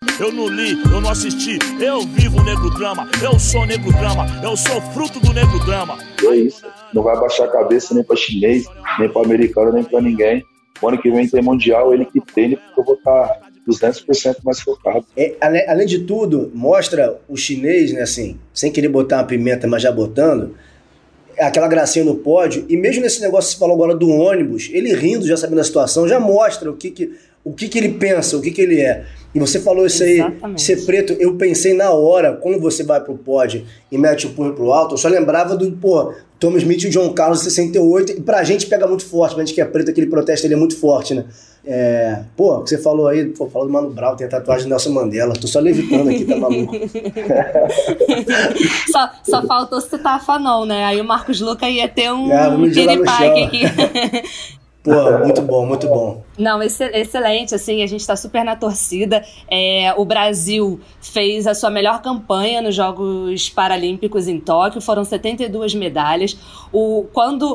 Eu não li, eu não assisti, eu vivo o Negro Drama, eu sou Negro Drama, eu sou fruto do Negro Drama. É isso, não vai baixar a cabeça nem pra chinês, nem pra americano, nem pra ninguém. O ano que vem tem mundial, ele que tem, porque eu vou estar 200% mais focado. Além de tudo, mostra o chinês, né, assim, sem querer botar uma pimenta, mas já botando, aquela gracinha no pódio, e mesmo nesse negócio que você falou agora do ônibus, ele rindo, já sabendo a situação, já mostra o que ele pensa, o que ele é. E você falou isso aí, ser preto, eu pensei na hora, quando você vai pro pódio e mete o punho pro alto, eu só lembrava do, Tom Smith e o John Carlos 68, e pra gente pega muito forte, pra gente que é preto, aquele protesto ele é muito forte, né? O que você falou aí, falou do Mano Brown, tem a tatuagem do Nelson Mandela, tô só levitando aqui, tá maluco. só faltou citar a Fanon, né? Aí o Marcos Luca ia ter um piripaque aqui. Muito bom, muito bom. Não, excelente, assim, a gente tá super na torcida. O Brasil fez a sua melhor campanha nos Jogos Paralímpicos em Tóquio, foram 72 medalhas. Quando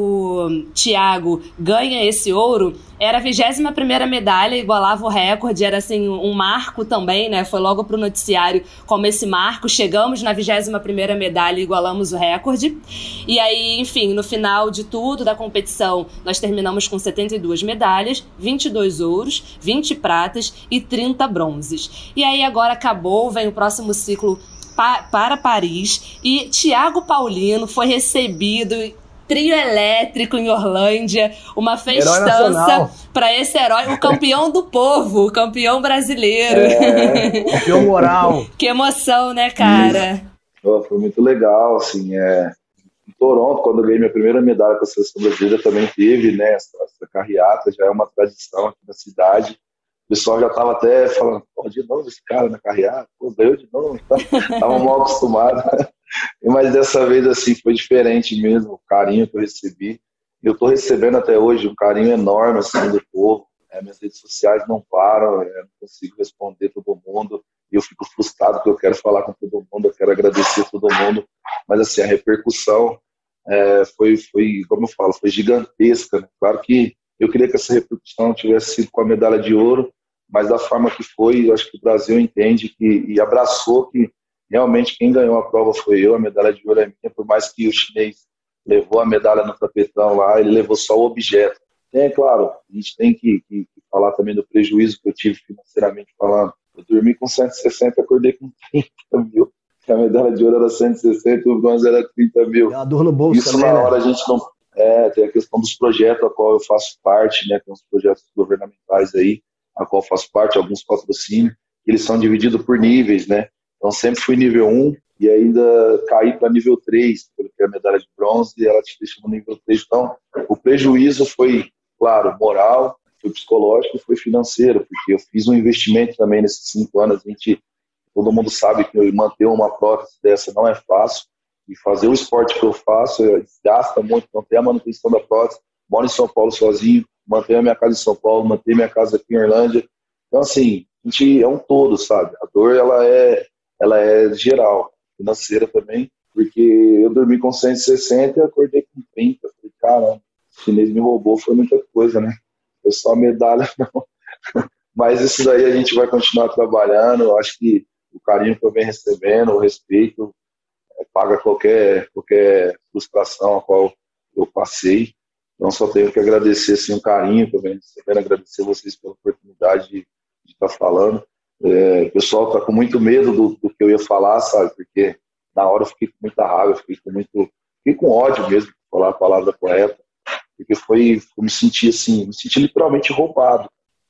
o Thiago ganha esse ouro, era a 21ª medalha, igualava o recorde, era assim, um marco também, né? Foi logo pro noticiário como esse marco, chegamos na 21ª medalha e igualamos o recorde. E aí, enfim, no final de tudo, da competição, nós terminamos com 72 medalhas, 22 ouros, 20 pratas e 30 bronzes. E aí agora acabou, vem o próximo ciclo para Paris, e Thiago Paulino foi recebido trio elétrico em Orlândia, uma festança para esse herói, o campeão do povo, o campeão brasileiro. Campeão moral. Que emoção, né, cara? Foi muito legal, assim, em Toronto, quando eu ganhei minha primeira medalha com a seleção brasileira, também teve, né, essa carreata, já é uma tradição aqui na cidade. O pessoal já estava até falando, de novo esse cara na carreata, ganhou de novo, tava mal acostumado. Mas dessa vez, assim, foi diferente mesmo, o carinho que eu recebi. E eu tô recebendo até hoje um carinho enorme, assim, do povo. Minhas redes sociais não param, não consigo responder todo mundo. E eu fico frustrado porque eu quero falar com todo mundo, eu quero agradecer todo mundo. Mas, assim, a repercussão foi, como eu falo, foi gigantesca, né? Claro que eu queria que essa repercussão tivesse sido com a medalha de ouro, mas da forma que foi, eu acho que o Brasil entende e abraçou que realmente quem ganhou a prova foi eu, a medalha de ouro é minha, por mais que o chinês levou a medalha no tapetão lá, ele levou só o objeto. Claro, a gente tem que falar também do prejuízo que eu tive financeiramente falando. Eu dormi com 160, acordei com 30 mil. A medalha de ouro era 160 e o bronze era 30 mil. É a dor no bolso. Isso também, na né? hora a gente não... tem a questão dos projetos a qual eu faço parte, né? Tem os projetos governamentais aí, a qual eu faço parte, alguns patrocínios, eles são divididos por níveis, né? Então sempre fui nível 1 e ainda caí para nível 3, porque a medalha de bronze e ela te deixa no nível 3. Então o prejuízo foi, claro, moral, foi psicológico e foi financeiro, porque eu fiz um investimento também nesses 5 anos. Todo mundo sabe que manter uma prótese dessa não é fácil, e fazer o esporte que eu faço gasta muito, então tem a manutenção da prótese, moro em São Paulo sozinho, mantenho a minha casa em São Paulo, mantenho minha casa aqui em Orlândia. Então assim, a gente é um todo, sabe? A dor ela é geral, financeira também, porque eu dormi com 160 e acordei com 30. Falei, caramba, o chinês me roubou, foi muita coisa, né? Foi só medalha, não. Mas isso daí a gente vai continuar trabalhando. Eu acho que o carinho que eu venho recebendo, o respeito, paga qualquer frustração a qual eu passei. Então só tenho que agradecer assim, o carinho que eu venho recebendo, agradecer vocês pela oportunidade de estar falando. O pessoal está com muito medo do que eu ia falar, sabe? Porque na hora eu fiquei com muita raiva, fiquei com ódio mesmo, para falar a palavra correta, porque eu me senti literalmente roubado.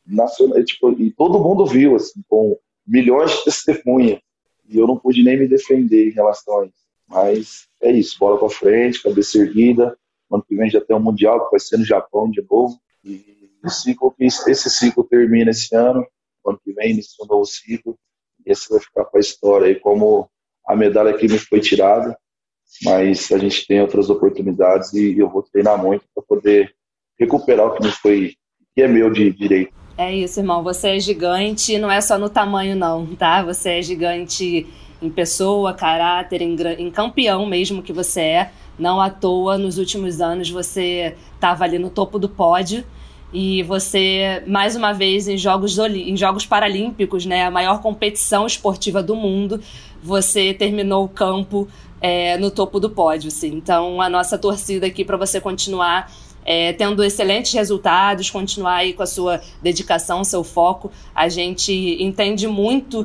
E todo mundo viu, assim, com milhões de testemunhas, e eu não pude nem me defender em relação a isso. Mas é isso, bola pra frente, cabeça erguida. Ano que vem já tem um Mundial, que vai ser no Japão de novo, e esse ciclo termina esse ano. Ano que vem inicia um novo ciclo, e esse vai ficar para a história aí como a medalha que me foi tirada, mas a gente tem outras oportunidades e eu vou treinar muito para poder recuperar o que me foi, que é meu de direito. É isso, irmão, você é gigante, não é só no tamanho não, tá? Você é gigante em pessoa, caráter, em campeão mesmo que você é. Não à toa, nos últimos anos você estava ali no topo do pódio. E você, mais uma vez, em Jogos Paralímpicos, né, a maior competição esportiva do mundo, você terminou o campo no topo do pódio. Assim. Então, a nossa torcida aqui para você continuar tendo excelentes resultados, continuar aí com a sua dedicação, seu foco. A gente entende muito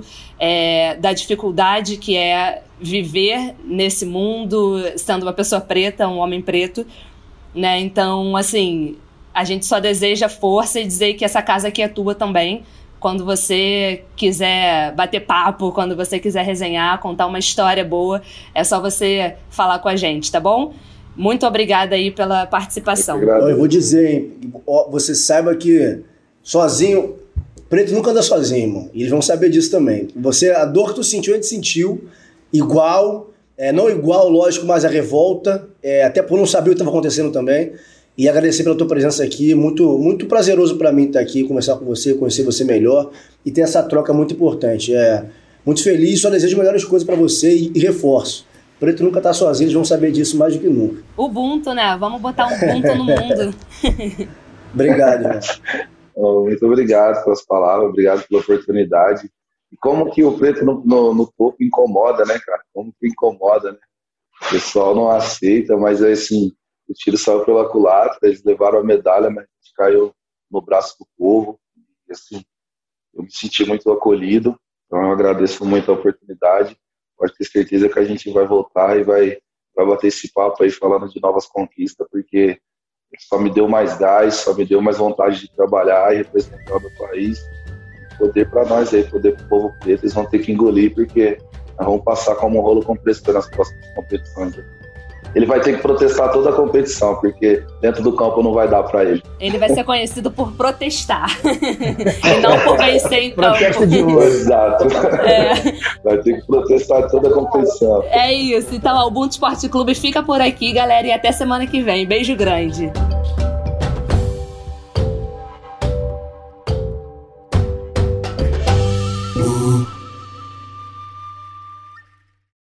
da dificuldade que é viver nesse mundo, sendo uma pessoa preta, um homem preto, né? Então, assim, a gente só deseja força e dizer que essa casa aqui é tua também. Quando você quiser bater papo, quando você quiser resenhar, contar uma história boa, é só você falar com a gente, tá bom? Muito obrigada aí pela participação. Eu vou dizer, hein, você saiba que sozinho, preto nunca anda sozinho, irmão. E eles vão saber disso também. A dor que tu sentiu, a gente sentiu igual, não igual, lógico, mas a revolta, até por não saber o que estava acontecendo também. E agradecer pela tua presença aqui, muito, muito prazeroso para mim estar aqui, conversar com você, conhecer você melhor e ter essa troca muito importante. Muito feliz, só desejo melhores coisas para você e reforço. Preto nunca tá sozinho, eles vão saber disso mais do que nunca. Ubuntu, né? Vamos botar um Ubuntu no mundo. Obrigado, irmão. Muito obrigado pelas palavras, obrigado pela oportunidade. E como que o preto no topo incomoda, né, cara? Como que incomoda, né? O pessoal não aceita, mas assim, o tiro saiu pela culatra, eles levaram a medalha, mas a gente caiu no braço do povo. E assim, eu me senti muito acolhido, então eu agradeço muito a oportunidade. Pode ter certeza que a gente vai voltar e vai bater esse papo aí falando de novas conquistas, porque só me deu mais gás, só me deu mais vontade de trabalhar e representar o meu país. Poder para nós aí, poder para o povo preto, eles vão ter que engolir, porque nós vamos passar como um rolo compressor nas próximas competições. Ele vai ter que protestar toda a competição, porque dentro do campo não vai dar para ele. Ele vai ser conhecido por protestar e não por vencer em campo. Protesto de ouro. Exato. Vai ter que protestar toda a competição. É isso. Então, o Ubuntu Esporte Clube fica por aqui, galera, e até semana que vem. Beijo grande.